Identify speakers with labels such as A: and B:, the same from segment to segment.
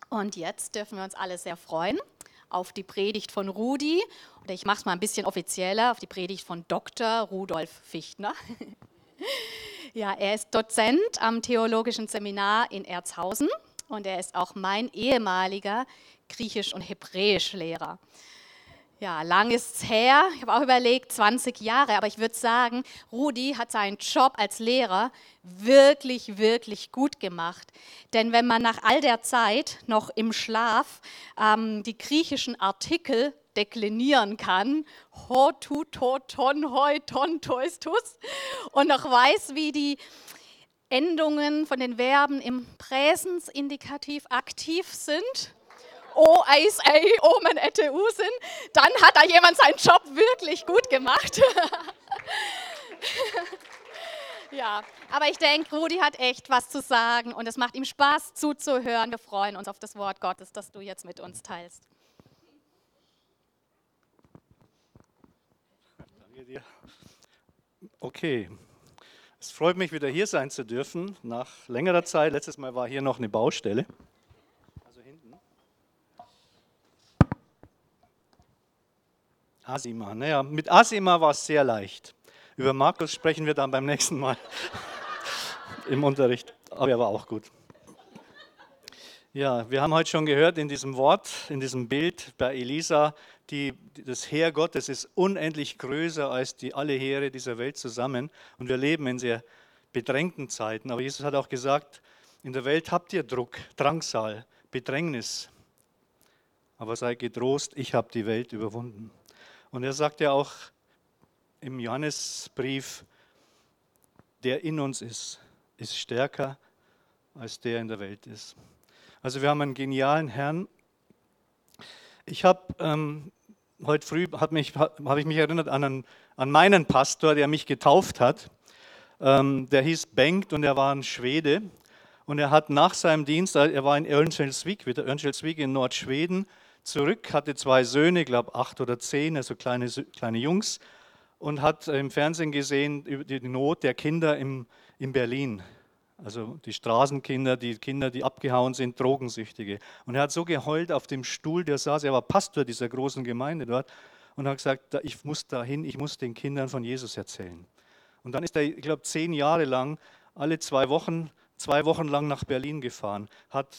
A: Und jetzt dürfen wir uns alle sehr freuen auf die Predigt von Rudi, oder ich mache es mal ein bisschen offizieller, auf die Predigt von Dr. Rudolf Fichtner. Ja, er ist Dozent am Theologischen Seminar in Erzhausen und er ist auch mein ehemaliger Griechisch- und Hebräischlehrer. Ja, lang ist's her. Ich habe auch überlegt, 20 Jahre, aber ich würde sagen, Rudi hat seinen Job als Lehrer wirklich, wirklich gut gemacht. Denn wenn man nach all der Zeit noch im Schlaf die griechischen Artikel deklinieren kann, ho, tu, to, ton, hoi, ton, tois, tus, und noch weiß, wie die Endungen von den Verben im Präsensindikativ aktiv sind, O, Eis, Ei, Omen, Ette, Usen, dann hat da jemand seinen Job wirklich gut gemacht. Ja, aber ich denke, Rudi hat echt was zu sagen und es macht ihm Spaß zuzuhören. Wir freuen uns auf das Wort Gottes, das du jetzt mit uns teilst.
B: Danke dir. Okay, es freut mich, wieder hier sein zu dürfen, nach längerer Zeit. Letztes Mal war hier noch eine Baustelle. Also hinten. Asima. Naja, mit Asima war es sehr leicht. Über Markus sprechen wir dann beim nächsten Mal im Unterricht. Aber er war auch gut. Ja, wir haben heute schon gehört in diesem Wort, in diesem Bild bei Elisa, das Heer Gottes ist unendlich größer als alle Heere dieser Welt zusammen. Und wir leben in sehr bedrängten Zeiten. Aber Jesus hat auch gesagt, in der Welt habt ihr Druck, Drangsal, Bedrängnis. Aber sei getrost, ich habe die Welt überwunden. Und er sagt ja auch im Johannesbrief, der in uns ist stärker als der in der Welt ist. Also wir haben einen genialen Herrn. Ich habe heute früh habe ich mich erinnert an meinen Pastor, der mich getauft hat. Der hieß Bengt und er war ein Schwede. Und er hat nach seinem Dienst, er war in Örnsköldsvik in Nordschweden, zurück, hatte 2 Söhne, ich glaube 8 oder 10, also kleine Jungs, und hat im Fernsehen gesehen über die Not der Kinder in Berlin. Also die Straßenkinder, die Kinder, die abgehauen sind, Drogensüchtige. Und er hat so geheult auf dem Stuhl, der saß, er war Pastor dieser großen Gemeinde dort, und hat gesagt, ich muss dahin, ich muss den Kindern von Jesus erzählen. Und dann ist er, ich glaube, 10 Jahre lang, alle 2 Wochen lang nach Berlin gefahren, hat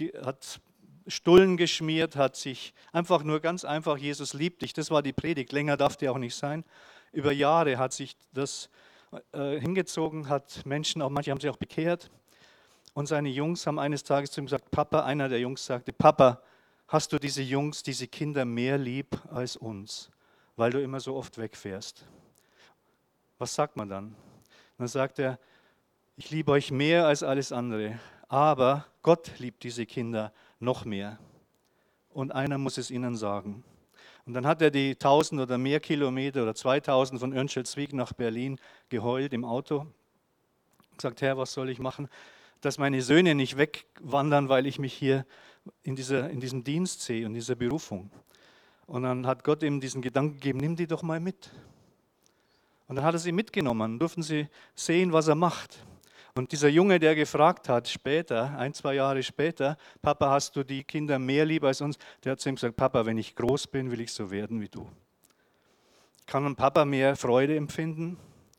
B: Stullen geschmiert, hat sich einfach nur ganz einfach, Jesus liebt dich, das war die Predigt, länger darf die auch nicht sein. Über Jahre hat sich das hingezogen, hat Menschen, auch manche haben sich auch bekehrt. Und seine Jungs haben eines Tages zu ihm gesagt, Papa, einer der Jungs sagte, Papa, hast du diese Jungs, diese Kinder mehr lieb als uns, weil du immer so oft wegfährst? Was sagt man dann? Dann sagt er, ich liebe euch mehr als alles andere, aber Gott liebt diese Kinder noch mehr. Und einer muss es ihnen sagen. Und dann hat er die 1000 oder mehr Kilometer oder 2000 von Örnsköldsvik nach Berlin geheult im Auto. Gesagt, Herr, was soll ich machen, dass meine Söhne nicht wegwandern, weil ich mich hier in diesem Dienst sehe und dieser Berufung. Und dann hat Gott ihm diesen Gedanken gegeben, nimm die doch mal mit. Und dann hat er sie mitgenommen, durften sie sehen, was er macht. Und dieser Junge, der gefragt hat, später, 1, 2 Jahre später, Papa, hast du die Kinder mehr lieb als uns? Der hat zu ihm gesagt, Papa, wenn ich groß bin, will ich so werden wie du. Kann ein Papa mehr Freude empfinden?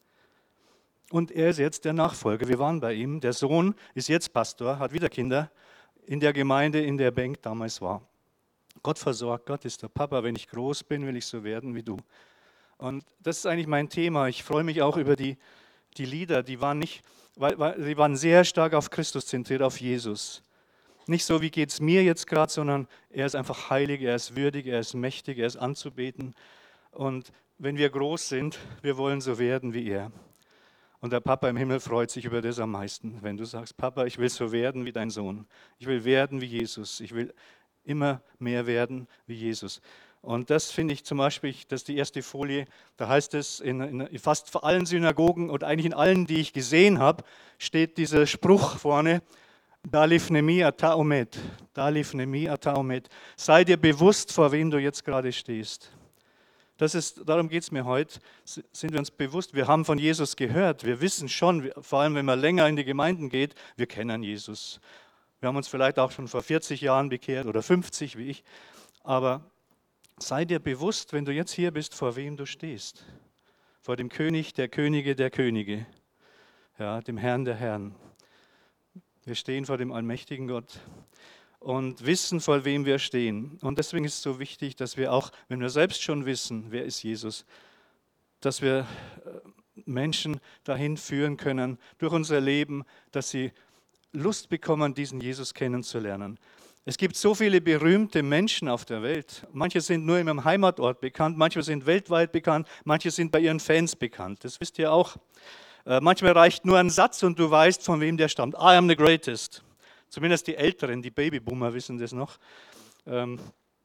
B: Und er ist jetzt der Nachfolger. Wir waren bei ihm. Der Sohn ist jetzt Pastor, hat wieder Kinder in der Gemeinde, in der Bengt damals war. Gott versorgt, Gott ist der Papa. Wenn ich groß bin, will ich so werden wie du. Und das ist eigentlich mein Thema. Ich freue mich auch über die Lieder. Die waren die waren sehr stark auf Christus zentriert, auf Jesus. Nicht so, wie geht es mir jetzt gerade, sondern er ist einfach heilig, er ist würdig, er ist mächtig, er ist anzubeten. Und wenn wir groß sind, wir wollen so werden wie er. Und der Papa im Himmel freut sich über das am meisten, wenn du sagst, Papa, ich will so werden wie dein Sohn. Ich will werden wie Jesus. Ich will immer mehr werden wie Jesus. Und das finde ich zum Beispiel, das ist die erste Folie, da heißt es in fast allen Synagogen und eigentlich in allen, die ich gesehen habe, steht dieser Spruch vorne, Dalifnemi ata omed. Dalifnemi ata omed. Sei dir bewusst, vor wem du jetzt gerade stehst. Darum geht es mir heute. Sind wir uns bewusst, wir haben von Jesus gehört. Wir wissen schon, vor allem wenn man länger in die Gemeinden geht, wir kennen Jesus. Wir haben uns vielleicht auch schon vor 40 Jahren bekehrt oder 50 wie ich. Aber sei dir bewusst, wenn du jetzt hier bist, vor wem du stehst. Vor dem König der Könige der Könige, ja, dem Herrn der Herren. Wir stehen vor dem allmächtigen Gott und wissen, vor wem wir stehen. Und deswegen ist es so wichtig, dass wir auch, wenn wir selbst schon wissen, wer ist Jesus, dass wir Menschen dahin führen können, durch unser Leben, dass sie Lust bekommen, diesen Jesus kennenzulernen. Es gibt so viele berühmte Menschen auf der Welt. Manche sind nur in ihrem Heimatort bekannt, manche sind weltweit bekannt, manche sind bei ihren Fans bekannt. Das wisst ihr auch. Manchmal reicht nur ein Satz und du weißt, von wem der stammt. I am the greatest. Zumindest die Älteren, die Babyboomer wissen das noch. Wer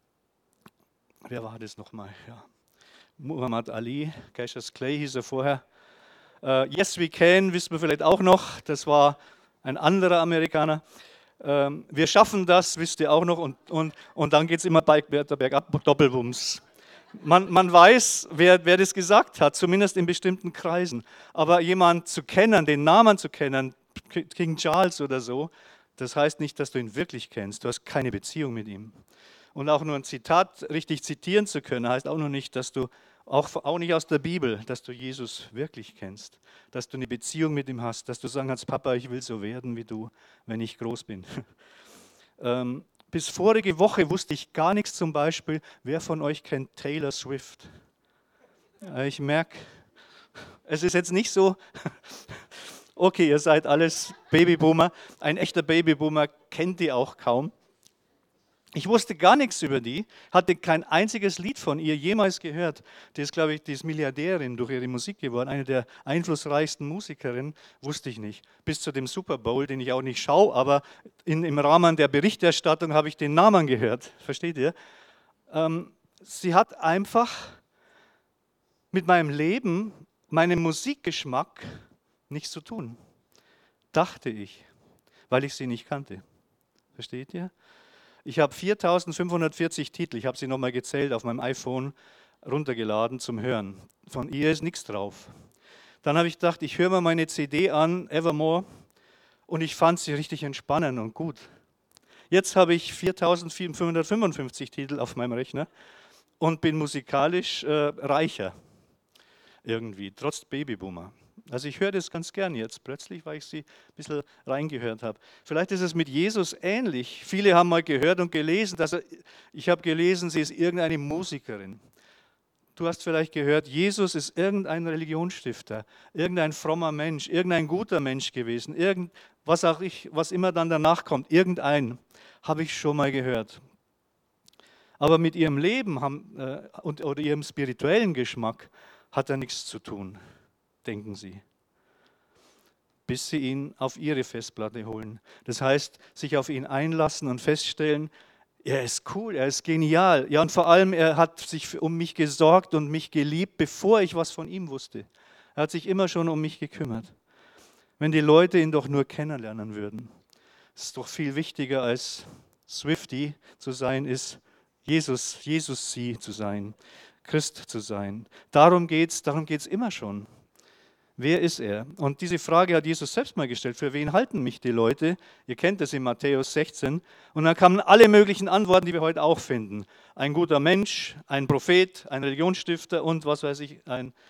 B: war das nochmal? Ja. Muhammad Ali, Cassius Clay hieß er vorher. Yes We Can, wissen wir vielleicht auch noch. Das war ein anderer Amerikaner. Wir schaffen das, wisst ihr auch noch. Und dann geht es immer weiter bergab, Doppelwumms. Man weiß, wer das gesagt hat, zumindest in bestimmten Kreisen. Aber jemanden zu kennen, den Namen zu kennen, King Charles oder so, das heißt nicht, dass du ihn wirklich kennst. Du hast keine Beziehung mit ihm. Und auch nur ein Zitat richtig zitieren zu können, heißt auch noch nicht, dass du, auch nicht aus der Bibel, dass du Jesus wirklich kennst. Dass du eine Beziehung mit ihm hast, dass du sagen kannst, Papa, ich will so werden wie du, wenn ich groß bin. Bis vorige Woche wusste ich gar nichts zum Beispiel, wer von euch kennt Taylor Swift? Ich merke, es ist jetzt nicht so, okay, ihr seid alles Babyboomer, ein echter Babyboomer kennt die auch kaum. Ich wusste gar nichts über die, hatte kein einziges Lied von ihr jemals gehört. Die ist, glaube ich, die ist Milliardärin durch ihre Musik geworden, eine der einflussreichsten Musikerinnen, wusste ich nicht. Bis zu dem Super Bowl, den ich auch nicht schaue, aber im Rahmen der Berichterstattung habe ich den Namen gehört. Versteht ihr? Sie hat einfach mit meinem Leben, meinem Musikgeschmack nichts zu tun, dachte ich, weil ich sie nicht kannte. Versteht ihr? Ich habe 4.540 Titel, ich habe sie nochmal gezählt auf meinem iPhone, runtergeladen zum Hören. Von ihr ist nichts drauf. Dann habe ich gedacht, ich höre mal meine CD an, Evermore, und ich fand sie richtig entspannend und gut. Jetzt habe ich 4.555 Titel auf meinem Rechner und bin musikalisch reicher irgendwie, trotz Babyboomer. Also ich höre das ganz gern jetzt plötzlich, weil ich sie ein bisschen reingehört habe. Vielleicht ist es mit Jesus ähnlich. Viele haben mal gehört und gelesen, ich habe gelesen, sie ist irgendeine Musikerin. Du hast vielleicht gehört, Jesus ist irgendein Religionsstifter, irgendein frommer Mensch, irgendein guter Mensch gewesen, was immer dann danach kommt, irgendein, habe ich schon mal gehört. Aber mit ihrem Leben oder ihrem spirituellen Geschmack hat er nichts zu tun, denken sie, bis sie ihn auf ihre Festplatte holen. Das heißt, sich auf ihn einlassen und feststellen, er ist cool, er ist genial. Ja, und vor allem, er hat sich um mich gesorgt und mich geliebt, bevor ich was von ihm wusste. Er hat sich immer schon um mich gekümmert. Wenn die Leute ihn doch nur kennenlernen würden. Es ist doch viel wichtiger als Swiftie zu sein, ist Jesus sie zu sein, Christ zu sein. Darum geht's immer schon. Wer ist er? Und diese Frage hat Jesus selbst mal gestellt. Für wen halten mich die Leute? Ihr kennt es in Matthäus 16. Und dann kamen alle möglichen Antworten, die wir heute auch finden. Ein guter Mensch, ein Prophet, ein Religionsstifter und was weiß ich.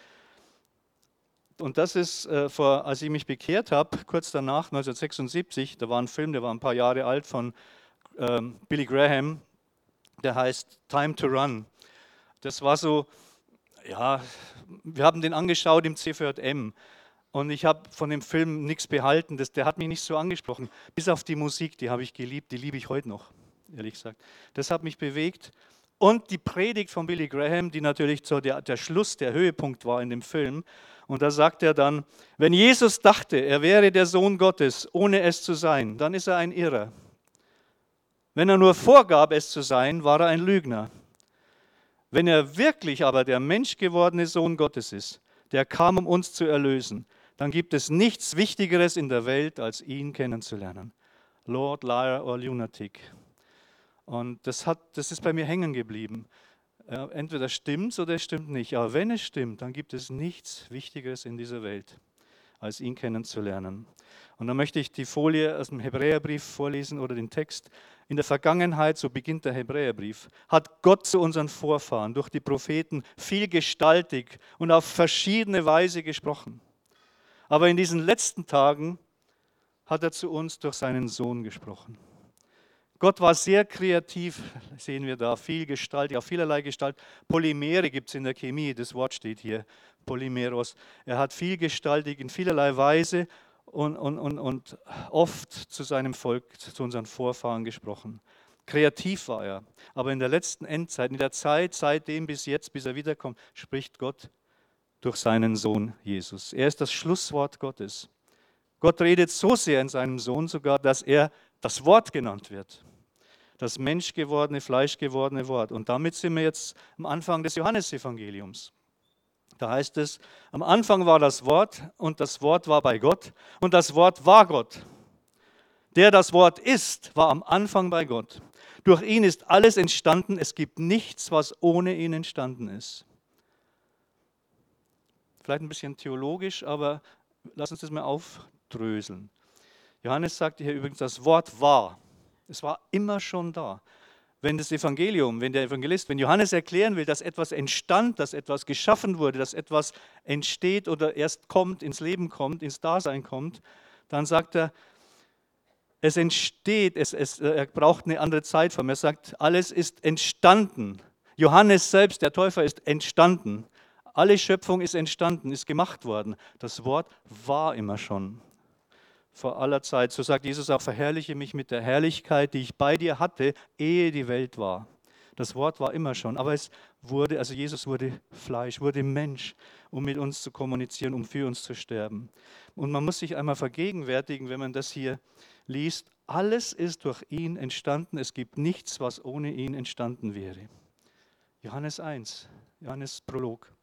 B: Und das ist, als ich mich bekehrt habe, kurz danach, 1976, da war ein Film, der war ein paar Jahre alt, von Billy Graham, der heißt Time to Run. Das war so, ja, wir haben den angeschaut im CVJM und ich habe von dem Film nichts behalten. Der hat mich nicht so angesprochen. Bis auf die Musik, die habe ich geliebt, die liebe ich heute noch, ehrlich gesagt. Das hat mich bewegt. Und die Predigt von Billy Graham, die natürlich so der Schluss, der Höhepunkt war in dem Film. Und da sagt er dann, wenn Jesus dachte, er wäre der Sohn Gottes, ohne es zu sein, dann ist er ein Irrer. Wenn er nur vorgab, es zu sein, war er ein Lügner. Wenn er wirklich aber der menschgewordene Sohn Gottes ist, der kam, um uns zu erlösen, dann gibt es nichts Wichtigeres in der Welt, als ihn kennenzulernen. Lord, Liar or Lunatic. Und das ist bei mir hängen geblieben. Entweder stimmt es oder es stimmt nicht. Aber wenn es stimmt, dann gibt es nichts Wichtigeres in dieser Welt, als ihn kennenzulernen. Und dann möchte ich die Folie aus dem Hebräerbrief vorlesen oder den Text. In der Vergangenheit, so beginnt der Hebräerbrief, hat Gott zu unseren Vorfahren durch die Propheten vielgestaltig und auf verschiedene Weise gesprochen. Aber in diesen letzten Tagen hat er zu uns durch seinen Sohn gesprochen. Gott war sehr kreativ, sehen wir da, vielgestaltig, auf vielerlei Gestalt. Polymere gibt es in der Chemie, das Wort steht hier, Polymeros. Er hat vielgestaltig in vielerlei Weise und oft zu seinem Volk, zu unseren Vorfahren gesprochen. Kreativ war er, aber in der letzten Endzeit, in der Zeit seitdem bis jetzt, bis er wiederkommt, spricht Gott durch seinen Sohn Jesus. Er ist das Schlusswort Gottes. Gott redet so sehr in seinem Sohn sogar, dass er das Wort genannt wird. Das menschgewordene, fleischgewordene Wort. Und damit sind wir jetzt am Anfang des Johannesevangeliums. Da heißt es, am Anfang war das Wort und das Wort war bei Gott und das Wort war Gott. Der das Wort ist, war am Anfang bei Gott. Durch ihn ist alles entstanden. Es gibt nichts, was ohne ihn entstanden ist. Vielleicht ein bisschen theologisch, aber lass uns das mal aufdröseln. Johannes sagte hier übrigens, das Wort war. Es war immer schon da. Wenn das Evangelium, wenn der Evangelist, wenn Johannes erklären will, dass etwas entstand, dass etwas geschaffen wurde, dass etwas entsteht oder erst kommt, ins Leben kommt, ins Dasein kommt, dann sagt er, es entsteht, er braucht eine andere Zeitform. Er sagt, alles ist entstanden. Johannes selbst, der Täufer, ist entstanden. Alle Schöpfung ist entstanden, ist gemacht worden. Das Wort war immer schon. Vor aller Zeit, so sagt Jesus auch, verherrliche mich mit der Herrlichkeit, die ich bei dir hatte, ehe die Welt war. Das Wort war immer schon, aber es wurde, also Jesus wurde Fleisch, wurde Mensch, um mit uns zu kommunizieren, um für uns zu sterben. Und man muss sich einmal vergegenwärtigen, wenn man das hier liest, alles ist durch ihn entstanden, es gibt nichts, was ohne ihn entstanden wäre. Johannes 1, Johannes Prolog.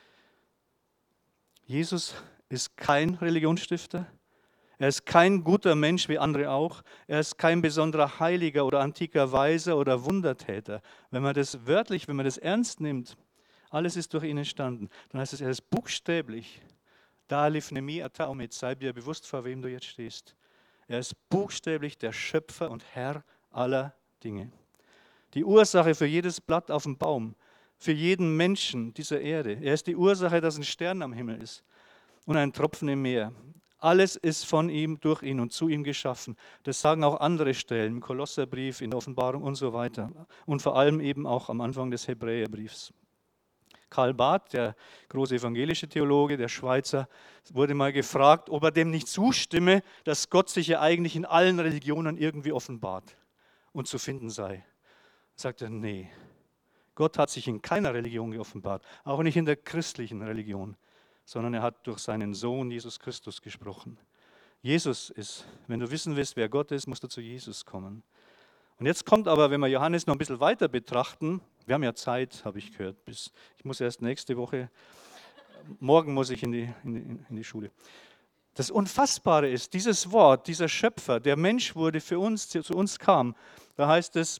B: Jesus ist kein Religionsstifter. Er ist kein guter Mensch wie andere auch. Er ist kein besonderer Heiliger oder antiker Weiser oder Wundertäter. Wenn man das wörtlich, wenn man das ernst nimmt, alles ist durch ihn entstanden, dann heißt es, er ist buchstäblich. Da lifnemi ataumit, sei dir bewusst, vor wem du jetzt stehst. Er ist buchstäblich der Schöpfer und Herr aller Dinge. Die Ursache für jedes Blatt auf dem Baum, für jeden Menschen dieser Erde. Er ist die Ursache, dass ein Stern am Himmel ist und ein Tropfen im Meer. Alles ist von ihm, durch ihn und zu ihm geschaffen. Das sagen auch andere Stellen, im Kolosserbrief, in der Offenbarung und so weiter. Und vor allem eben auch am Anfang des Hebräerbriefs. Karl Barth, der große evangelische Theologe, der Schweizer, wurde mal gefragt, ob er dem nicht zustimme, dass Gott sich ja eigentlich in allen Religionen irgendwie offenbart und zu finden sei. Er sagte, nee, Gott hat sich in keiner Religion geoffenbart, auch nicht in der christlichen Religion, sondern er hat durch seinen Sohn Jesus Christus gesprochen. Jesus ist, wenn du wissen willst, wer Gott ist, musst du zu Jesus kommen. Und jetzt kommt aber, wenn wir Johannes noch ein bisschen weiter betrachten, wir haben ja Zeit, habe ich gehört, ich muss erst nächste Woche, morgen muss ich in die Schule. Das Unfassbare ist, dieses Wort, dieser Schöpfer, der Mensch wurde für uns, zu uns kam, da heißt es,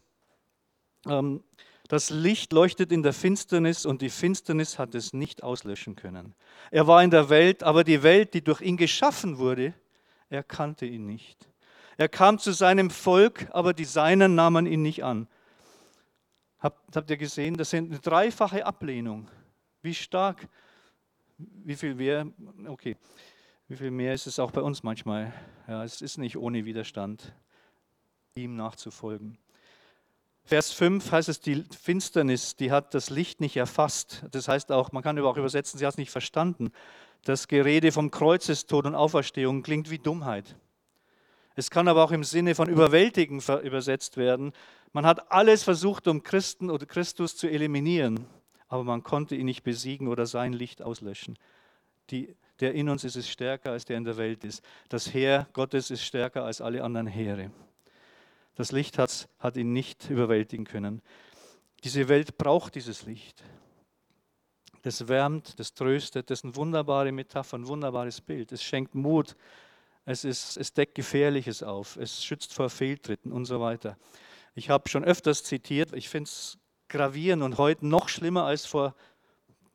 B: das Licht leuchtet in der Finsternis und die Finsternis hat es nicht auslöschen können. Er war in der Welt, aber die Welt, die durch ihn geschaffen wurde, erkannte ihn nicht. Er kam zu seinem Volk, aber die Seinen nahmen ihn nicht an. Habt ihr gesehen, das sind eine dreifache Ablehnung. Wie stark, wie viel mehr ist es auch bei uns manchmal. Ja, es ist nicht ohne Widerstand, ihm nachzufolgen. Vers 5 heißt es, die Finsternis, die hat das Licht nicht erfasst. Das heißt auch, man kann aber auch übersetzen, sie hat es nicht verstanden. Das Gerede vom Kreuzestod und Auferstehung klingt wie Dummheit. Es kann aber auch im Sinne von überwältigen übersetzt werden. Man hat alles versucht, um Christen oder Christus zu eliminieren, aber man konnte ihn nicht besiegen oder sein Licht auslöschen. Der in uns ist stärker, als der in der Welt ist. Das Heer Gottes ist stärker als alle anderen Heere. Das Licht hat ihn nicht überwältigen können. Diese Welt braucht dieses Licht. Das wärmt, das tröstet, das ist eine wunderbare Metapher, ein wunderbares Bild. Es schenkt Mut, es deckt Gefährliches auf, es schützt vor Fehltritten und so weiter. Ich habe schon öfters zitiert, ich finde es gravierend und heute noch schlimmer als vor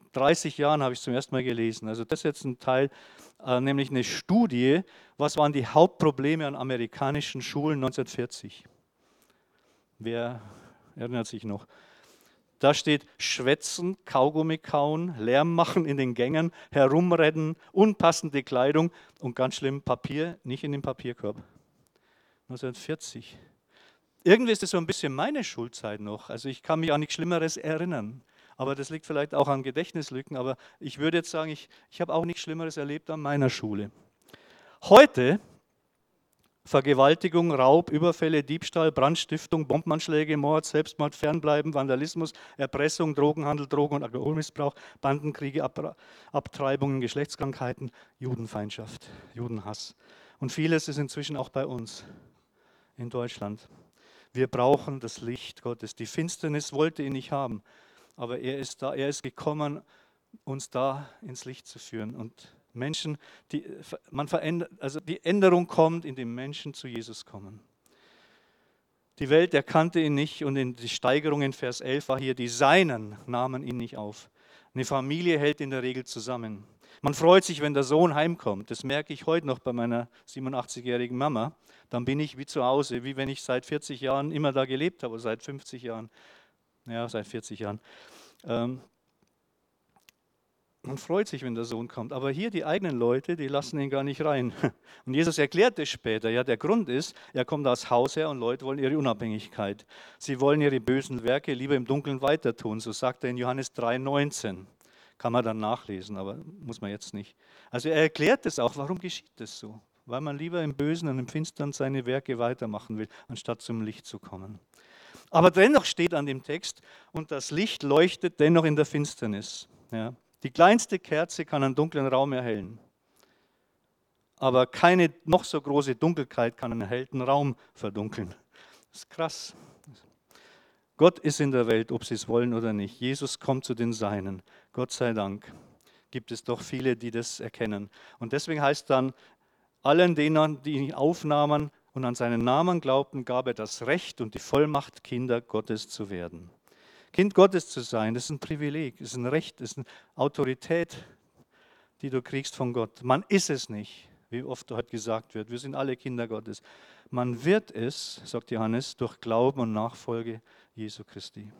B: 30 Jahren habe ich es zum ersten Mal gelesen. Also das ist jetzt ein Teil, nämlich eine Studie, was waren die Hauptprobleme an amerikanischen Schulen 1940. Wer erinnert sich noch? Da steht Schwätzen, Kaugummi kauen, Lärm machen in den Gängen, herumrennen, unpassende Kleidung und ganz schlimm Papier, nicht in den Papierkorb. 1940. Irgendwie ist das so ein bisschen meine Schulzeit noch. Also ich kann mich an nichts Schlimmeres erinnern. Aber das liegt vielleicht auch an Gedächtnislücken. Aber ich würde jetzt sagen, ich habe auch nichts Schlimmeres erlebt an meiner Schule. Heute Vergewaltigung, Raub, Überfälle, Diebstahl, Brandstiftung, Bombenanschläge, Mord, Selbstmord, Fernbleiben, Vandalismus, Erpressung, Drogenhandel, Drogen- und Alkoholmissbrauch, Bandenkriege, Abtreibungen, Geschlechtskrankheiten, Judenfeindschaft, Judenhass. Und vieles ist inzwischen auch bei uns in Deutschland. Wir brauchen das Licht Gottes. Die Finsternis wollte ihn nicht haben, aber er ist da, er ist gekommen, uns da ins Licht zu führen. Und Menschen, man verändert, also die Änderung kommt, indem Menschen zu Jesus kommen. Die Welt erkannte ihn nicht und in die Steigerung in Vers 11 war hier, die Seinen nahmen ihn nicht auf. Eine Familie hält in der Regel zusammen. Man freut sich, wenn der Sohn heimkommt. Das merke ich heute noch bei meiner 87-jährigen Mama. Dann bin ich wie zu Hause, wie wenn ich seit 40 Jahren immer da gelebt habe, seit 50 Jahren. Ja, seit 40 Jahren. Man freut sich, wenn der Sohn kommt. Aber hier die eigenen Leute, die lassen ihn gar nicht rein. Und Jesus erklärt es später. Ja, der Grund ist, er kommt aus Haus her und Leute wollen ihre Unabhängigkeit. Sie wollen ihre bösen Werke lieber im Dunkeln weiter tun. So sagt er in Johannes 3,19. Kann man dann nachlesen, aber muss man jetzt nicht. Also er erklärt es auch, warum geschieht das so? Weil man lieber im Bösen und im Finstern seine Werke weitermachen will, anstatt zum Licht zu kommen. Aber dennoch steht an dem Text, und das Licht leuchtet dennoch in der Finsternis. Ja. Die kleinste Kerze kann einen dunklen Raum erhellen. Aber keine noch so große Dunkelheit kann einen hellen Raum verdunkeln. Das ist krass. Gott ist in der Welt, ob sie es wollen oder nicht. Jesus kommt zu den Seinen. Gott sei Dank gibt es doch viele, die das erkennen. Und deswegen heißt dann, allen denen, die ihn aufnahmen und an seinen Namen glaubten, gab er das Recht und die Vollmacht, Kinder Gottes zu werden. Kind Gottes zu sein, das ist ein Privileg, das ist ein Recht, das ist eine Autorität, die du kriegst von Gott. Man ist es nicht, wie oft heute gesagt wird. Wir sind alle Kinder Gottes. Man wird es, sagt Johannes, durch Glauben und Nachfolge Jesu Christi.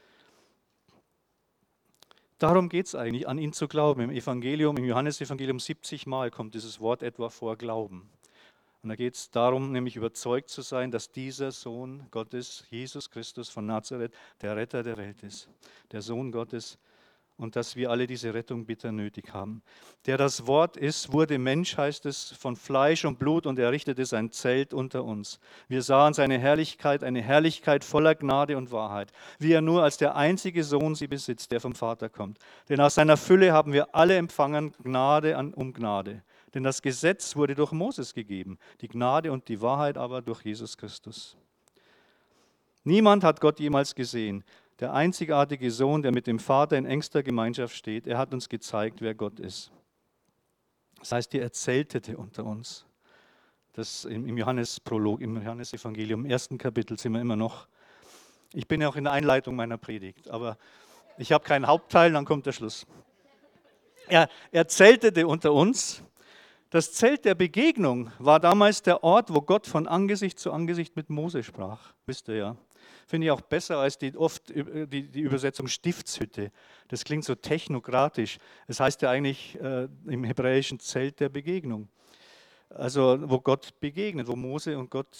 B: Darum geht es eigentlich, an ihn zu glauben. Im Evangelium, im Johannesevangelium 70 Mal kommt dieses Wort etwa vor Glauben. Und da geht es darum, nämlich überzeugt zu sein, dass dieser Sohn Gottes, Jesus Christus von Nazareth, der Retter der Welt ist, der Sohn Gottes, und dass wir alle diese Rettung bitter nötig haben. Der das Wort ist, wurde Mensch, heißt es, von Fleisch und Blut, und er richtete sein Zelt unter uns. Wir sahen seine Herrlichkeit, eine Herrlichkeit voller Gnade und Wahrheit, wie er nur als der einzige Sohn sie besitzt, der vom Vater kommt. Denn aus seiner Fülle haben wir alle empfangen Gnade um Gnade. Denn das Gesetz wurde durch Moses gegeben, die Gnade und die Wahrheit aber durch Jesus Christus. Niemand hat Gott jemals gesehen. Der einzigartige Sohn, der mit dem Vater in engster Gemeinschaft steht, er hat uns gezeigt, wer Gott ist. Das heißt, er zeltete unter uns. Das im Johannesprolog, im Johannesevangelium, im 1. Kapitel sind wir immer noch. Ich bin ja auch in der Einleitung meiner Predigt, aber ich habe keinen Hauptteil, dann kommt der Schluss. Er zeltete unter uns. Das Zelt der Begegnung war damals der Ort, wo Gott von Angesicht zu Angesicht mit Mose sprach. Wisst ihr ja. Finde ich auch besser als die Übersetzung Stiftshütte. Das klingt so technokratisch. Es heißt ja eigentlich im Hebräischen Zelt der Begegnung. Also wo Gott begegnet, wo Mose und Gott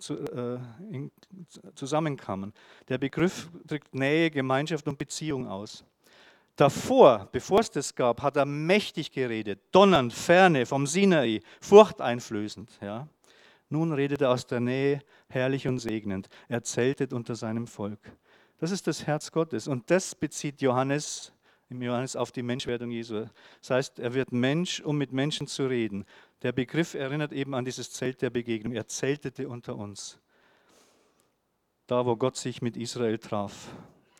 B: zusammenkamen. Der Begriff drückt Nähe, Gemeinschaft und Beziehung aus. Davor, bevor es das gab, hat er mächtig geredet, donnernd, ferne, vom Sinai, furchteinflößend. Ja. Nun redet er aus der Nähe, herrlich und segnend. Er zeltet unter seinem Volk. Das ist das Herz Gottes. Und das bezieht Johannes, im Johannes auf die Menschwerdung Jesu. Das heißt, er wird Mensch, um mit Menschen zu reden. Der Begriff erinnert eben an dieses Zelt der Begegnung. Er zeltete unter uns. Da, wo Gott sich mit Israel traf.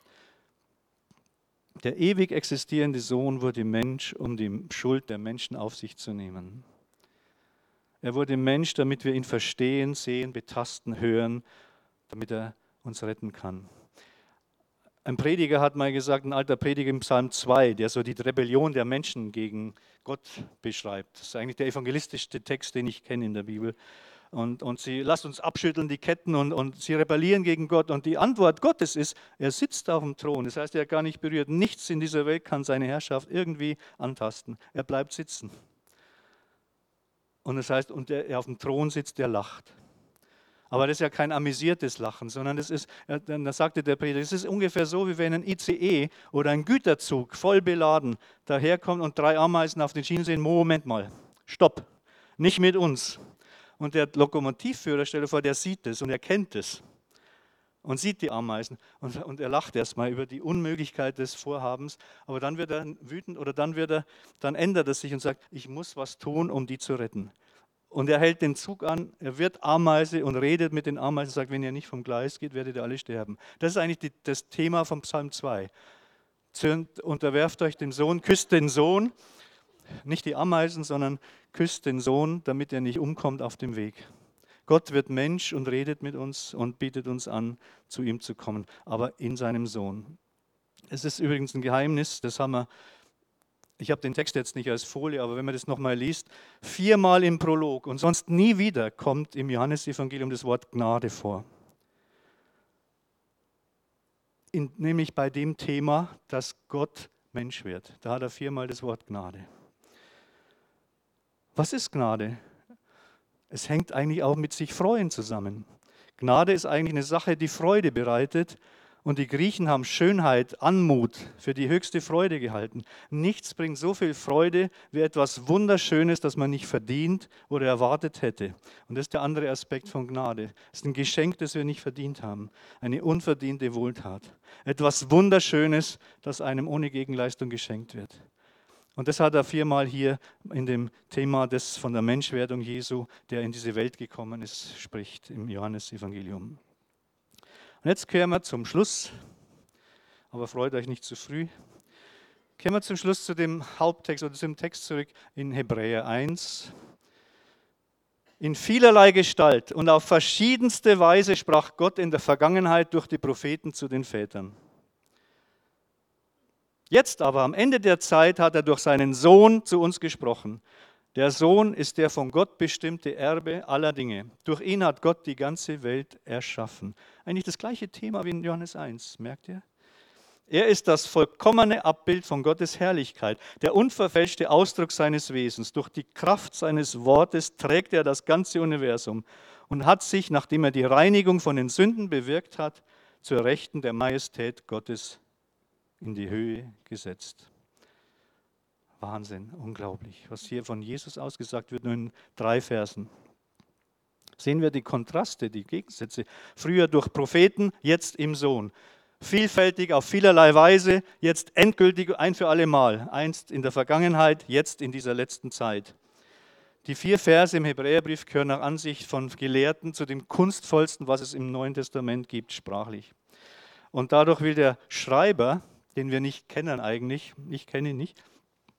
B: Der ewig existierende Sohn wurde Mensch, um die Schuld der Menschen auf sich zu nehmen. Er wurde Mensch, damit wir ihn verstehen, sehen, betasten, hören, damit er uns retten kann. Ein Prediger hat mal gesagt, ein alter Prediger im Psalm 2, der so die Rebellion der Menschen gegen Gott beschreibt. Das ist eigentlich der evangelistischste Text, den ich kenne in der Bibel. Und sie lasst uns abschütteln die Ketten und sie rebellieren gegen Gott. Und die Antwort Gottes ist, er sitzt auf dem Thron. Das heißt, er hat gar nicht berührt. Nichts in dieser Welt kann seine Herrschaft irgendwie antasten. Er bleibt sitzen. Und das heißt, und er auf dem Thron sitzt, der lacht. Aber das ist ja kein amüsiertes Lachen, sondern das ist, dann sagte der Prediger, es ist ungefähr so, wie wenn ein ICE oder ein Güterzug voll beladen daherkommt und 3 Ameisen auf den Schienen sehen, Moment mal, stopp, nicht mit uns. Und der Lokomotivführer, stell dir vor, der sieht es und er kennt es und sieht die Ameisen und er lacht erstmal über die Unmöglichkeit des Vorhabens, aber dann wird er wütend oder dann ändert er sich und sagt, ich muss was tun, um die zu retten. Und er hält den Zug an, er wird Ameise und redet mit den Ameisen und sagt, wenn ihr nicht vom Gleis geht, werdet ihr alle sterben. Das ist eigentlich das Thema von Psalm 2. Unterwerft euch dem Sohn, küsst den Sohn, nicht die Ameisen, sondern küsst den Sohn, damit er nicht umkommt auf dem Weg. Gott wird Mensch und redet mit uns und bietet uns an, zu ihm zu kommen, aber in seinem Sohn. Es ist übrigens ein Geheimnis, ich habe den Text jetzt nicht als Folie, aber wenn man das nochmal liest, 4-mal im Prolog und sonst nie wieder kommt im Johannesevangelium das Wort Gnade vor. Nämlich bei dem Thema, dass Gott Mensch wird. Da hat er 4-mal das Wort Gnade. Was ist Gnade? Es hängt eigentlich auch mit sich freuen zusammen. Gnade ist eigentlich eine Sache, die Freude bereitet. Und die Griechen haben Schönheit, Anmut für die höchste Freude gehalten. Nichts bringt so viel Freude wie etwas Wunderschönes, das man nicht verdient oder erwartet hätte. Und das ist der andere Aspekt von Gnade. Es ist ein Geschenk, das wir nicht verdient haben. Eine unverdiente Wohltat. Etwas Wunderschönes, das einem ohne Gegenleistung geschenkt wird. Und das hat er 4-mal hier in dem Thema von der Menschwerdung Jesu, der in diese Welt gekommen ist, spricht im Johannesevangelium. Und jetzt kehren wir zum Schluss, aber freut euch nicht zu früh. Kehren wir zum Schluss zu dem Haupttext oder zum Text zurück in Hebräer 1. In vielerlei Gestalt und auf verschiedenste Weise sprach Gott in der Vergangenheit durch die Propheten zu den Vätern. Jetzt aber, am Ende der Zeit, hat er durch seinen Sohn zu uns gesprochen. Der Sohn ist der von Gott bestimmte Erbe aller Dinge. Durch ihn hat Gott die ganze Welt erschaffen. Eigentlich das gleiche Thema wie in Johannes 1, merkt ihr? Er ist das vollkommene Abbild von Gottes Herrlichkeit, der unverfälschte Ausdruck seines Wesens. Durch die Kraft seines Wortes trägt er das ganze Universum und hat sich, nachdem er die Reinigung von den Sünden bewirkt hat, zur Rechten der Majestät Gottes in die Höhe gesetzt. Wahnsinn, unglaublich, was hier von Jesus ausgesagt wird, nur in 3 Versen. Sehen wir die Kontraste, die Gegensätze. Früher durch Propheten, jetzt im Sohn. Vielfältig, auf vielerlei Weise, jetzt endgültig ein für alle Mal. Einst in der Vergangenheit, jetzt in dieser letzten Zeit. Die 4 Verse im Hebräerbrief gehören nach Ansicht von Gelehrten zu dem kunstvollsten, was es im Neuen Testament gibt, sprachlich. Und dadurch will der Schreiber, den wir nicht kennen eigentlich, ich kenne ihn nicht,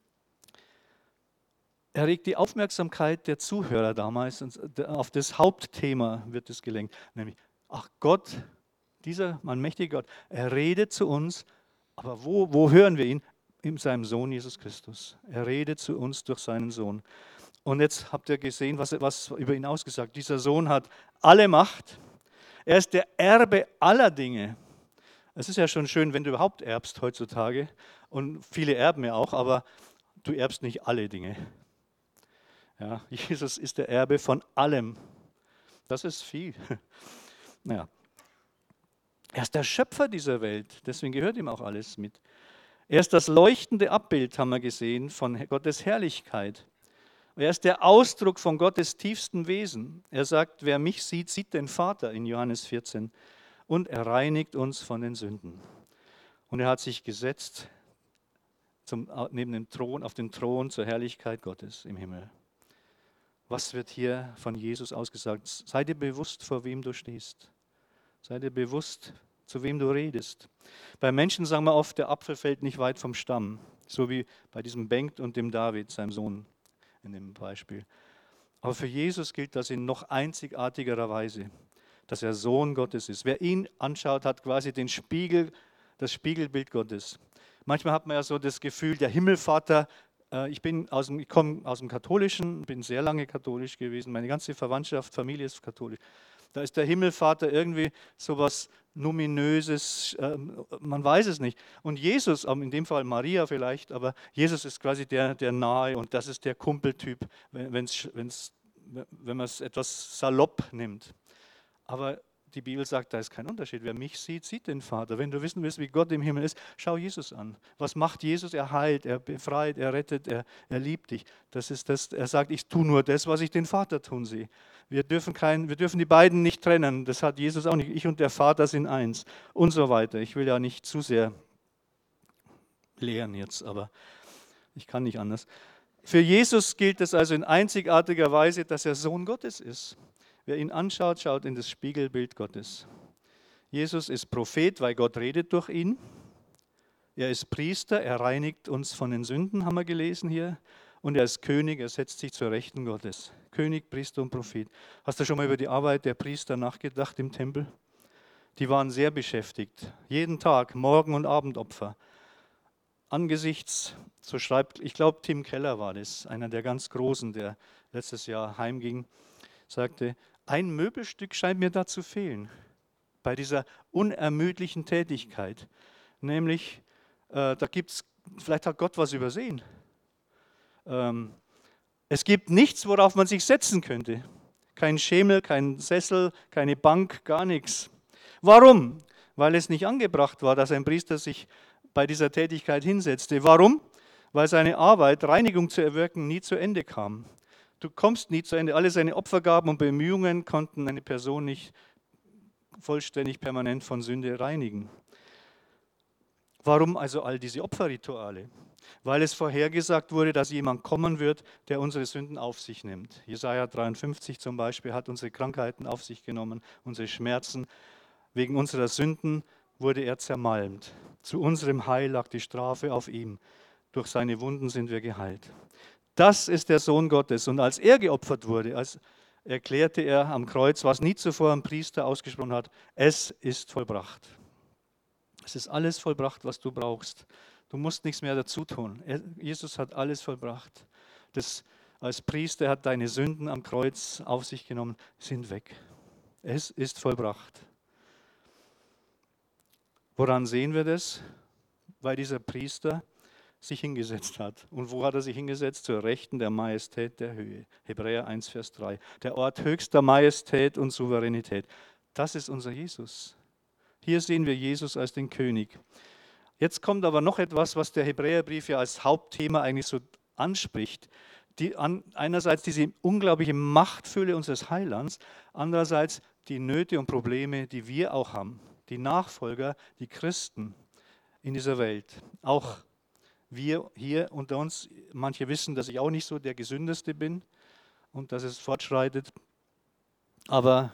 B: er regt die Aufmerksamkeit der Zuhörer damals und auf das Hauptthema wird es gelenkt, nämlich, ach Gott, dieser allmächtige Gott, er redet zu uns, aber wo hören wir ihn? In seinem Sohn Jesus Christus. Er redet zu uns durch seinen Sohn. Und jetzt habt ihr gesehen, was über ihn ausgesagt. Dieser Sohn hat alle Macht. Er ist der Erbe aller Dinge. Es ist ja schon schön, wenn du überhaupt erbst heutzutage. Und viele erben ja auch, aber du erbst nicht alle Dinge. Ja, Jesus ist der Erbe von allem. Das ist viel. Naja. Er ist der Schöpfer dieser Welt, deswegen gehört ihm auch alles mit. Er ist das leuchtende Abbild, haben wir gesehen, von Gottes Herrlichkeit. Er ist der Ausdruck von Gottes tiefstem Wesen. Er sagt, wer mich sieht, sieht den Vater in Johannes 14. Und er reinigt uns von den Sünden. Und er hat sich gesetzt neben dem Thron, auf den Thron zur Herrlichkeit Gottes im Himmel. Was wird hier von Jesus ausgesagt? Sei dir bewusst, vor wem du stehst. Sei dir bewusst, zu wem du redest. Bei Menschen sagen wir oft, der Apfel fällt nicht weit vom Stamm. So wie bei diesem Bengt und dem David, seinem Sohn in dem Beispiel. Aber für Jesus gilt das in noch einzigartigerer Weise, dass er Sohn Gottes ist. Wer ihn anschaut, hat quasi den Spiegel das Spiegelbild Gottes. Manchmal hat man ja so das Gefühl, der Himmelvater, ich komme aus dem Katholischen, bin sehr lange katholisch gewesen, meine ganze Verwandtschaft, Familie ist katholisch. Da ist der Himmelvater irgendwie sowas Numinöses, man weiß es nicht. Und Jesus, in dem Fall Maria vielleicht, aber Jesus ist quasi der Nahe und das ist der Kumpeltyp, wenn man es etwas salopp nimmt. Aber die Bibel sagt, da ist kein Unterschied. Wer mich sieht, sieht den Vater. Wenn du wissen willst, wie Gott im Himmel ist, schau Jesus an. Was macht Jesus? Er heilt, er befreit, er rettet, er liebt dich. Das ist das. Er sagt, ich tue nur das, was ich den Vater tun sehe. Wir dürfen die beiden nicht trennen. Das hat Jesus auch nicht. Ich und der Vater sind eins und so weiter. Ich will ja nicht zu sehr lehren jetzt, aber ich kann nicht anders. Für Jesus gilt es also in einzigartiger Weise, dass er Sohn Gottes ist. Wer ihn anschaut, schaut in das Spiegelbild Gottes. Jesus ist Prophet, weil Gott redet durch ihn. Er ist Priester, er reinigt uns von den Sünden, haben wir gelesen hier. Und er ist König, er setzt sich zur Rechten Gottes. König, Priester und Prophet. Hast du schon mal über die Arbeit der Priester nachgedacht im Tempel? Die waren sehr beschäftigt. Jeden Tag Morgen- und Abendopfer. Angesichts, so schreibt, ich glaube Tim Keller war das, einer der ganz Großen, der letztes Jahr heimging, sagte, ein Möbelstück scheint mir da zu fehlen, bei dieser unermüdlichen Tätigkeit. Nämlich, vielleicht hat Gott was übersehen. Es gibt nichts, worauf man sich setzen könnte. Kein Schemel, kein Sessel, keine Bank, gar nichts. Warum? Weil es nicht angebracht war, dass ein Priester sich bei dieser Tätigkeit hinsetzte. Warum? Weil seine Arbeit, Reinigung zu erwirken, nie zu Ende kam. Du kommst nie zu Ende. Alle seine Opfergaben und Bemühungen konnten eine Person nicht vollständig permanent von Sünde reinigen. Warum also all diese Opferrituale? Weil es vorhergesagt wurde, dass jemand kommen wird, der unsere Sünden auf sich nimmt. Jesaja 53 zum Beispiel hat unsere Krankheiten auf sich genommen, unsere Schmerzen. Wegen unserer Sünden wurde er zermalmt. Zu unserem Heil lag die Strafe auf ihm. Durch seine Wunden sind wir geheilt. Das ist der Sohn Gottes. Und als er geopfert wurde, erklärte er am Kreuz, was nie zuvor ein Priester ausgesprochen hat, es ist vollbracht. Es ist alles vollbracht, was du brauchst. Du musst nichts mehr dazu tun. Jesus hat alles vollbracht. Als Priester hat deine Sünden am Kreuz auf sich genommen, sind weg. Es ist vollbracht. Woran sehen wir das? Weil dieser Priester sich hingesetzt hat. Und wo hat er sich hingesetzt? Zur Rechten der Majestät der Höhe. Hebräer 1, Vers 3. Der Ort höchster Majestät und Souveränität. Das ist unser Jesus. Hier sehen wir Jesus als den König. Jetzt kommt aber noch etwas, was der Hebräerbrief ja als Hauptthema eigentlich so anspricht. Einerseits diese unglaubliche Machtfülle unseres Heilands, andererseits die Nöte und Probleme, die wir auch haben. Die Nachfolger, die Christen in dieser Welt. Auch wir hier unter uns, manche wissen, dass ich auch nicht so der Gesündeste bin und dass es fortschreitet. Aber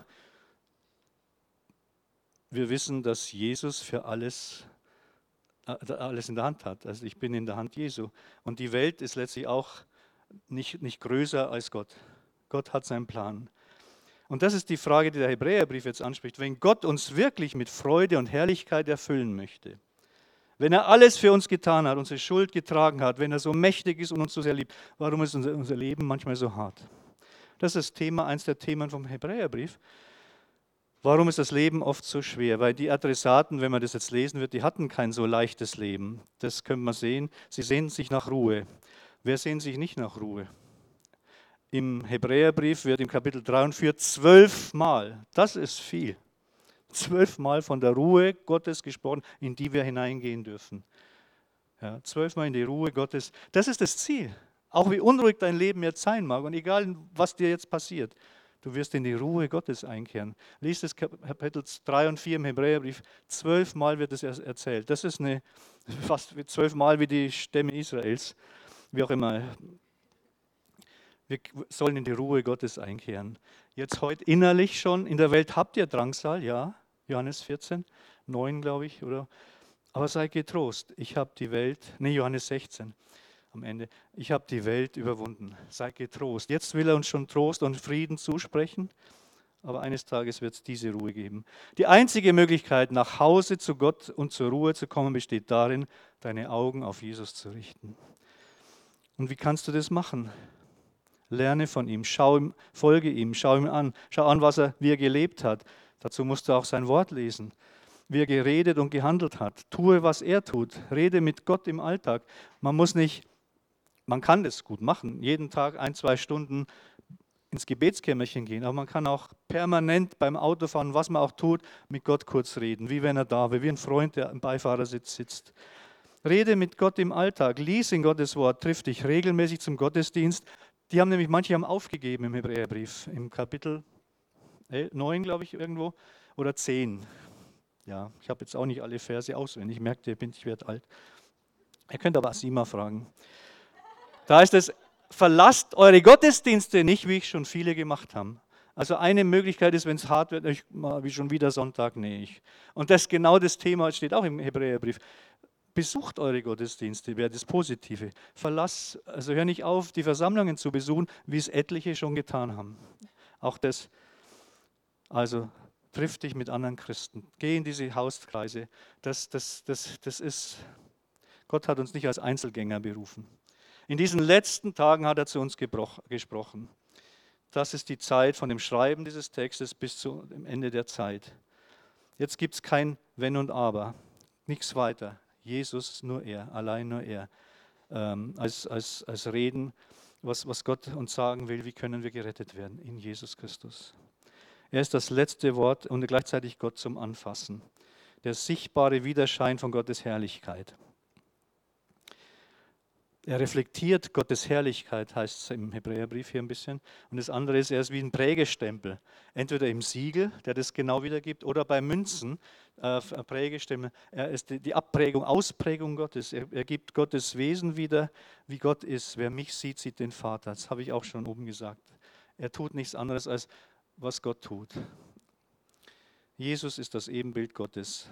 B: wir wissen, dass Jesus für alles in der Hand hat. Also ich bin in der Hand Jesu. Und die Welt ist letztlich auch nicht größer als Gott. Gott hat seinen Plan. Und das ist die Frage, die der Hebräerbrief jetzt anspricht. Wenn Gott uns wirklich mit Freude und Herrlichkeit erfüllen möchte, wenn er alles für uns getan hat, unsere Schuld getragen hat, wenn er so mächtig ist und uns so sehr liebt, warum ist unser Leben manchmal so hart? Das ist eins der Themen vom Hebräerbrief. Warum ist das Leben oft so schwer? Weil die Adressaten, wenn man das jetzt lesen wird, die hatten kein so leichtes Leben. Das können wir sehen. Sie sehnen sich nach Ruhe. Wer sehnt sich nicht nach Ruhe? Im Hebräerbrief wird im Kapitel 3 und 4 12 Mal, das ist viel, 12 Mal von der Ruhe Gottes gesprochen, in die wir hineingehen dürfen. Ja, 12 Mal in die Ruhe Gottes. Das ist das Ziel. Auch wie unruhig dein Leben jetzt sein mag und egal, was dir jetzt passiert, du wirst in die Ruhe Gottes einkehren. Lies das Kapitel 3 und 4 im Hebräerbrief. 12 Mal wird es erzählt. Das ist fast 12 Mal wie die Stämme Israels. Wie auch immer. Wir sollen in die Ruhe Gottes einkehren. Jetzt heute innerlich schon, in der Welt habt ihr Drangsal, ja, Johannes 14, 9 glaube ich, oder? Aber seid getrost, ich habe die Welt, Johannes 16 am Ende, ich habe die Welt überwunden, seid getrost. Jetzt will er uns schon Trost und Frieden zusprechen, aber eines Tages wird es diese Ruhe geben. Die einzige Möglichkeit, nach Hause zu Gott und zur Ruhe zu kommen, besteht darin, deine Augen auf Jesus zu richten. Und wie kannst du das machen? Lerne von ihm, folge ihm, schau ihm an, schau an, wie er gelebt hat. Dazu musst du auch sein Wort lesen, wie er geredet und gehandelt hat. Tue, was er tut. Rede mit Gott im Alltag. Man kann das gut machen, jeden Tag 1-2 Stunden ins Gebetskämmerchen gehen, aber man kann auch permanent beim Autofahren, was man auch tut, mit Gott kurz reden, wie wenn er da wäre, wie ein Freund, der im Beifahrersitz sitzt. Rede mit Gott im Alltag, lies in Gottes Wort, triff dich regelmäßig zum Gottesdienst. Die haben nämlich, manche haben aufgegeben im Hebräerbrief, im Kapitel 9, glaube ich, irgendwo, oder 10. Ja, ich habe jetzt auch nicht alle Verse auswendig, merkt ihr, ich werde alt. Ihr könnt aber Asima fragen. Da heißt es, verlasst eure Gottesdienste nicht, wie ich schon viele gemacht haben. Also eine Möglichkeit ist, wenn es hart wird, wie schon wieder Sonntag, Und das genau das Thema steht auch im Hebräerbrief. Besucht eure Gottesdienste, wäre das Positive. Also hör nicht auf, die Versammlungen zu besuchen, wie es etliche schon getan haben. Auch das, also triff dich mit anderen Christen, geh in diese Hauskreise. Das ist, Gott hat uns nicht als Einzelgänger berufen. In diesen letzten Tagen hat er zu uns gesprochen. Das ist die Zeit von dem Schreiben dieses Textes bis zum Ende der Zeit. Jetzt gibt es kein Wenn und Aber, nichts weiter. Jesus, nur er, allein nur er. Als Reden, was Gott uns sagen will, wie können wir gerettet werden in Jesus Christus. Er ist das letzte Wort und gleichzeitig Gott zum Anfassen. Der sichtbare Widerschein von Gottes Herrlichkeit. Er reflektiert Gottes Herrlichkeit, heißt es im Hebräerbrief hier ein bisschen. Und das andere ist, er ist wie ein Prägestempel. Entweder im Siegel, der das genau wiedergibt, oder bei Münzen, Prägestempel. Er ist die Ausprägung Gottes. Er gibt Gottes Wesen wieder, wie Gott ist. Wer mich sieht, sieht den Vater. Das habe ich auch schon oben gesagt. Er tut nichts anderes, als was Gott tut. Jesus ist das Ebenbild Gottes.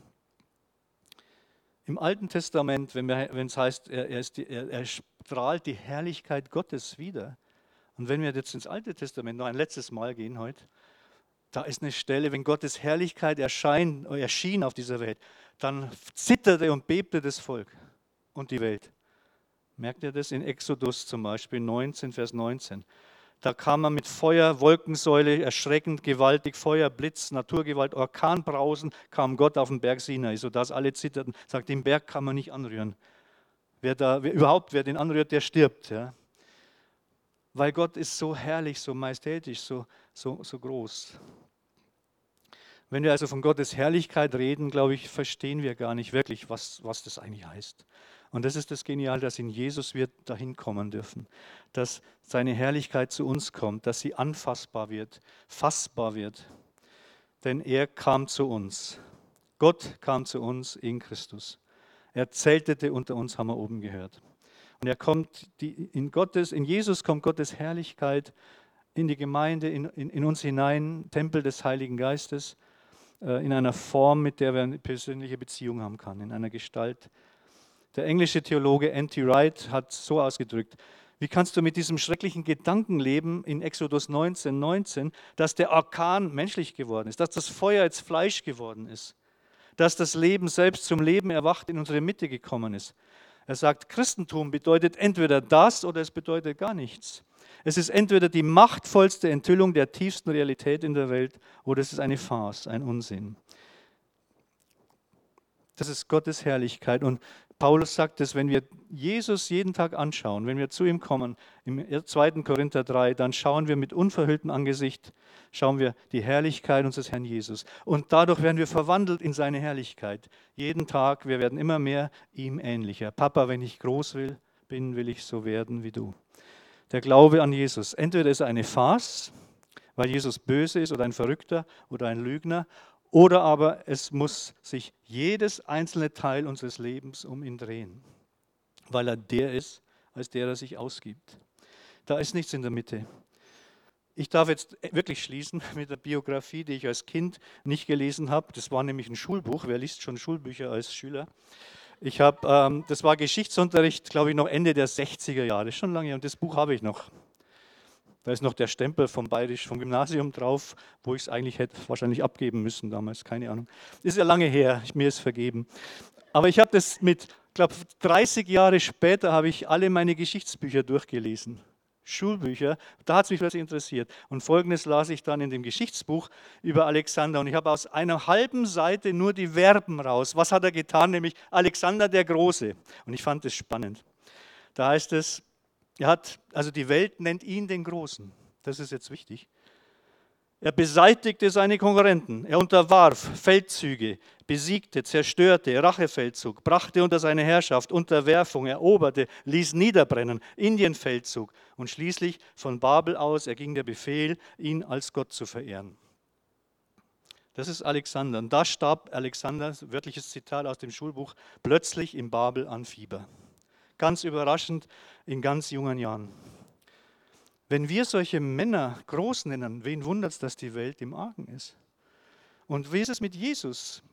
B: Im Alten Testament, wenn es heißt, er strahlt die Herrlichkeit Gottes wider. Und wenn wir jetzt ins Alte Testament noch ein letztes Mal gehen heute, da ist eine Stelle, wenn Gottes Herrlichkeit erschien auf dieser Welt, dann zitterte und bebte das Volk und die Welt. Merkt ihr das in Exodus zum Beispiel 19, Vers 19? Da kam man mit Feuer, Wolkensäule, erschreckend, gewaltig, Feuer, Blitz, Naturgewalt, Orkanbrausen, kam Gott auf den Berg Sinai, sodass alle zitterten. Sagt, den Berg kann man nicht anrühren. Wer den anrührt, der stirbt. Ja. Weil Gott ist so herrlich, so majestätisch, so groß. Wenn wir also von Gottes Herrlichkeit reden, glaube ich, verstehen wir gar nicht wirklich, was das eigentlich heißt. Und das ist das Geniale, dass in Jesus wir dahin kommen dürfen, dass seine Herrlichkeit zu uns kommt, dass sie anfassbar wird, fassbar wird. Denn er kam zu uns. Gott kam zu uns in Christus. Er zeltete unter uns, haben wir oben gehört. Und in Jesus kommt Gottes Herrlichkeit in die Gemeinde, in uns hinein, Tempel des Heiligen Geistes, in einer Form, mit der wir eine persönliche Beziehung haben können, in einer Gestalt. Der englische Theologe N.T. Wright hat so ausgedrückt: Wie kannst du mit diesem schrecklichen Gedanken leben in Exodus 19, dass der Orkan menschlich geworden ist, dass das Feuer jetzt Fleisch geworden ist, dass das Leben selbst zum Leben erwacht in unsere Mitte gekommen ist? Er sagt, Christentum bedeutet entweder das oder es bedeutet gar nichts. Es ist entweder die machtvollste Enthüllung der tiefsten Realität in der Welt oder es ist eine Farce, ein Unsinn. Das ist Gottes Herrlichkeit. Und Paulus sagt es, wenn wir Jesus jeden Tag anschauen, wenn wir zu ihm kommen, im 2. Korinther 3, dann schauen wir mit unverhülltem Angesicht, schauen wir die Herrlichkeit unseres Herrn Jesus. Und dadurch werden wir verwandelt in seine Herrlichkeit. Jeden Tag, wir werden immer mehr ihm ähnlicher. Papa, wenn ich groß bin, will ich so werden wie du. Der Glaube an Jesus. Entweder ist er eine Farce, weil Jesus böse ist oder ein Verrückter oder ein Lügner, oder aber es muss sich jedes einzelne Teil unseres Lebens um ihn drehen, weil er der ist, als der er sich ausgibt. Da ist nichts in der Mitte. Ich darf jetzt wirklich schließen mit der Biografie, die ich als Kind nicht gelesen habe. Das war nämlich ein Schulbuch. Wer liest schon Schulbücher als Schüler? Das war Geschichtsunterricht, glaube ich, noch Ende der 60er Jahre, schon lange, und das Buch habe ich noch. Da ist noch der Stempel vom Gymnasium drauf, wo ich es eigentlich hätte wahrscheinlich abgeben müssen damals, keine Ahnung. Ist ja lange her, mir ist vergeben. Aber ich habe das mit, ich glaube 30 Jahre später habe ich alle meine Geschichtsbücher durchgelesen. Schulbücher, da hat es mich plötzlich interessiert. Und Folgendes las ich dann in dem Geschichtsbuch über Alexander. Und ich habe aus einer halben Seite nur die Verben raus. Was hat er getan? Nämlich Alexander der Große. Und ich fand es spannend. Da heißt es, also die Welt nennt ihn den Großen. Das ist jetzt wichtig. Er beseitigte seine Konkurrenten, er unterwarf Feldzüge, besiegte, zerstörte, Rachefeldzug, brachte unter seine Herrschaft Unterwerfung, eroberte, ließ niederbrennen, Indienfeldzug und schließlich von Babel aus erging der Befehl, ihn als Gott zu verehren. Das ist Alexander. Und da starb Alexander, wörtliches Zitat aus dem Schulbuch, plötzlich in Babel an Fieber. Ganz überraschend in ganz jungen Jahren. Wenn wir solche Männer groß nennen, wen wundert es, dass die Welt im Argen ist? Und wie ist es mit Jesus?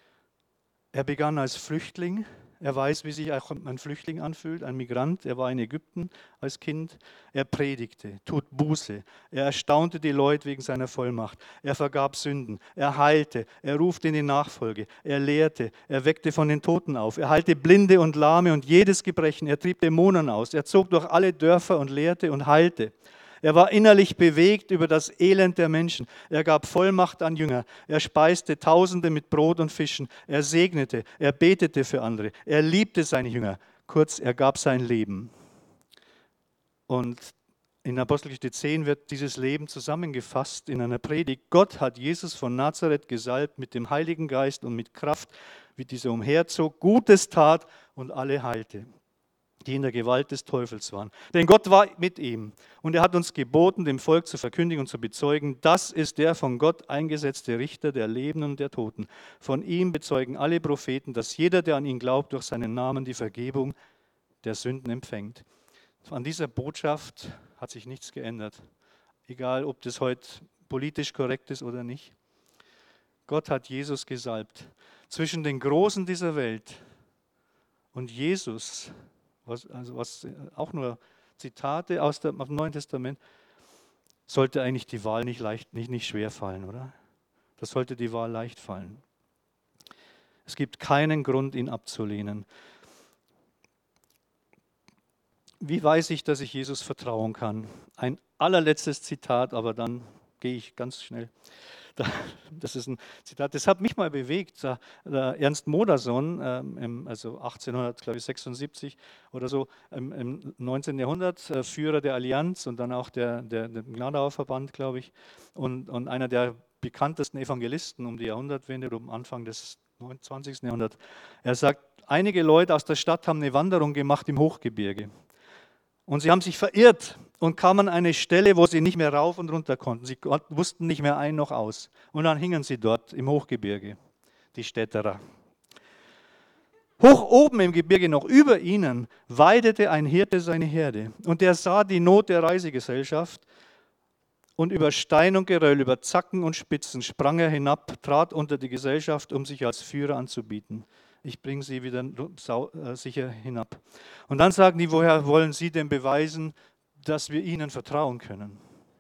B: Er begann als Flüchtling. Er weiß, wie sich auch ein Flüchtling anfühlt, ein Migrant. Er war in Ägypten als Kind. Er predigte, tut Buße. Er erstaunte die Leute wegen seiner Vollmacht. Er vergab Sünden. Er heilte. Er ruft in die Nachfolge. Er lehrte. Er weckte von den Toten auf. Er heilte Blinde und Lahme und jedes Gebrechen. Er trieb Dämonen aus. Er zog durch alle Dörfer und lehrte und heilte. Er war innerlich bewegt über das Elend der Menschen. Er gab Vollmacht an Jünger. Er speiste Tausende mit Brot und Fischen. Er segnete. Er betete für andere. Er liebte seine Jünger. Kurz, er gab sein Leben. Und in Apostelgeschichte 10 wird dieses Leben zusammengefasst in einer Predigt. Gott hat Jesus von Nazareth gesalbt mit dem Heiligen Geist und mit Kraft, wie dieser umherzog, Gutes tat und alle heilte, die in der Gewalt des Teufels waren. Denn Gott war mit ihm und er hat uns geboten, dem Volk zu verkündigen und zu bezeugen, das ist der von Gott eingesetzte Richter der Lebenden und der Toten. Von ihm bezeugen alle Propheten, dass jeder, der an ihn glaubt, durch seinen Namen die Vergebung der Sünden empfängt. An dieser Botschaft hat sich nichts geändert, egal ob das heute politisch korrekt ist oder nicht. Gott hat Jesus gesalbt. Zwischen den Großen dieser Welt und Jesus, was auch nur Zitate aus dem Neuen Testament, sollte eigentlich die Wahl nicht schwer fallen, oder? Das sollte die Wahl leicht fallen. Es gibt keinen Grund, ihn abzulehnen. Wie weiß ich, dass ich Jesus vertrauen kann? Ein allerletztes Zitat, aber dann gehe ich ganz schnell. Das ist ein Zitat, das hat mich mal bewegt. Der Ernst Modersohn, also 1876 oder so, im 19. Jahrhundert, Führer der Allianz und dann auch der Gnadauer Verband, glaube ich, und einer der bekanntesten Evangelisten um die Jahrhundertwende, um Anfang des 20. Jahrhunderts. Er sagt, einige Leute aus der Stadt haben eine Wanderung gemacht im Hochgebirge. Und sie haben sich verirrt und kamen an eine Stelle, wo sie nicht mehr rauf und runter konnten. Sie wussten nicht mehr ein noch aus. Und dann hingen sie dort im Hochgebirge, die Städterer. Hoch oben im Gebirge, noch über ihnen, weidete ein Hirte seine Herde. Und der sah die Not der Reisegesellschaft. Und über Stein und Geröll, über Zacken und Spitzen sprang er hinab, trat unter die Gesellschaft, um sich als Führer anzubieten. Ich bringe sie wieder sicher hinab. Und dann sagen die, woher wollen Sie denn beweisen, dass wir Ihnen vertrauen können?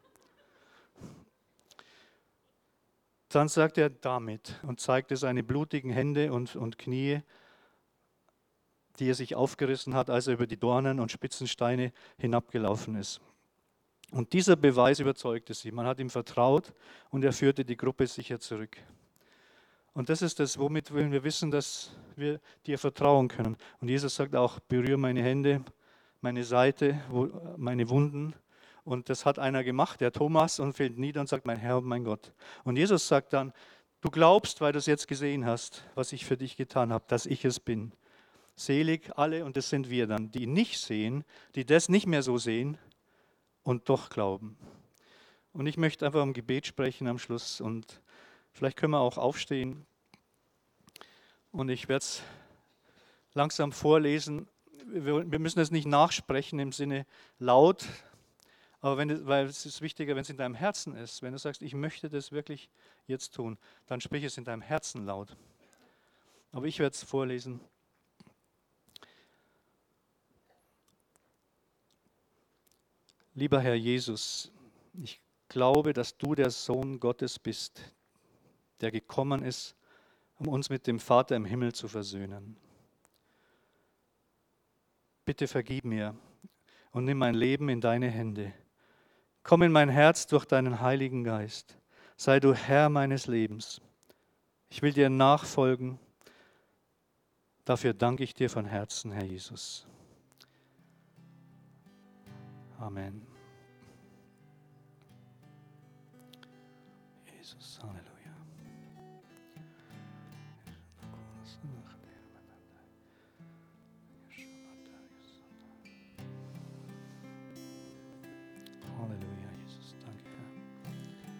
B: Dann sagt er damit und zeigte seine blutigen Hände und Knie, die er sich aufgerissen hat, als er über die Dornen und Spitzensteine hinabgelaufen ist. Und dieser Beweis überzeugte sie. Man hat ihm vertraut und er führte die Gruppe sicher zurück. Und das ist das, womit wir wissen, dass wir dir vertrauen können. Und Jesus sagt auch, berühre meine Hände, meine Seite, meine Wunden. Und das hat einer gemacht, der Thomas, und fällt nieder und sagt, mein Herr und mein Gott. Und Jesus sagt dann, du glaubst, weil du es jetzt gesehen hast, was ich für dich getan habe, dass ich es bin. Selig alle, und das sind wir dann, die nicht sehen, die das nicht mehr so sehen und doch glauben. Und ich möchte einfach um Gebet sprechen am Schluss und vielleicht können wir auch aufstehen und ich werde es langsam vorlesen. Wir müssen es nicht nachsprechen im Sinne laut, aber weil es ist wichtiger, wenn es in deinem Herzen ist. Wenn du sagst, ich möchte das wirklich jetzt tun, dann sprich es in deinem Herzen laut. Aber ich werde es vorlesen. Lieber Herr Jesus, Ich glaube, dass du der Sohn Gottes bist, der gekommen ist, um uns mit dem Vater im Himmel zu versöhnen. Bitte vergib mir und nimm mein Leben in deine Hände. Komm in mein Herz durch deinen Heiligen Geist. Sei du Herr meines Lebens. Ich will dir nachfolgen. Dafür danke ich dir von Herzen, Herr Jesus. Amen. Jesus, Halleluja. Halleluja, Jesus, danke, Herr.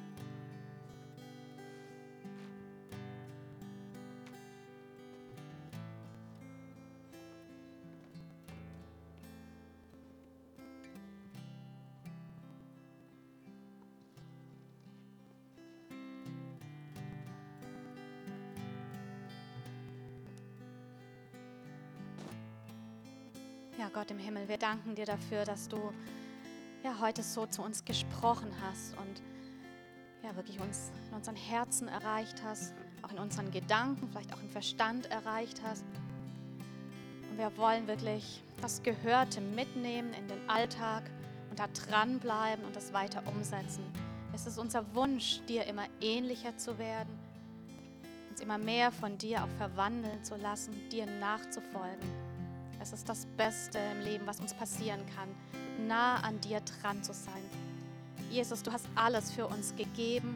A: Ja, Gott im Himmel, wir danken dir dafür, dass du ja heute so zu uns gesprochen hast und ja wirklich uns in unseren Herzen erreicht hast, auch in unseren Gedanken, vielleicht auch im Verstand erreicht hast. Und wir wollen wirklich das Gehörte mitnehmen in den Alltag und da dranbleiben und das weiter umsetzen. Es ist unser Wunsch, dir immer ähnlicher zu werden, uns immer mehr von dir auch verwandeln zu lassen, dir nachzufolgen. Es ist das Beste im Leben, was uns passieren kann, nah an dir dran zu sein. Jesus, du hast alles für uns gegeben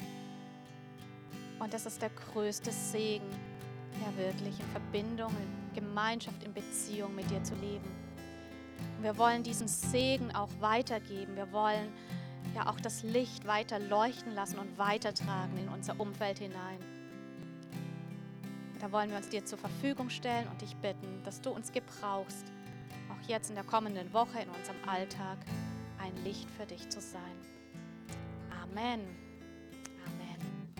A: und das ist der größte Segen, ja wirklich in Verbindung, in Gemeinschaft, in Beziehung mit dir zu leben. Und wir wollen diesen Segen auch weitergeben. Wir wollen ja auch das Licht weiter leuchten lassen und weitertragen in unser Umfeld hinein. Da wollen wir uns dir zur Verfügung stellen und dich bitten, dass du uns gebrauchst, auch jetzt in der kommenden Woche in unserem Alltag ein Licht für dich zu sein. Amen. Amen.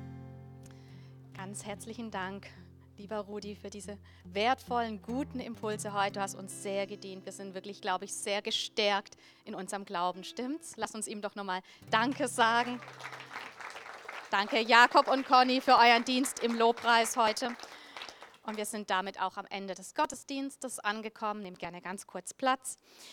A: Ganz herzlichen Dank, lieber Rudi, für diese wertvollen, guten Impulse heute. Du hast uns sehr gedient. Wir sind wirklich, glaube ich, sehr gestärkt in unserem Glauben. Stimmt's? Lass uns ihm doch nochmal Danke sagen. Danke Jakob und Conny für euren Dienst im Lobpreis heute. Und wir sind damit auch am Ende des Gottesdienstes angekommen. Nehmt gerne ganz kurz Platz.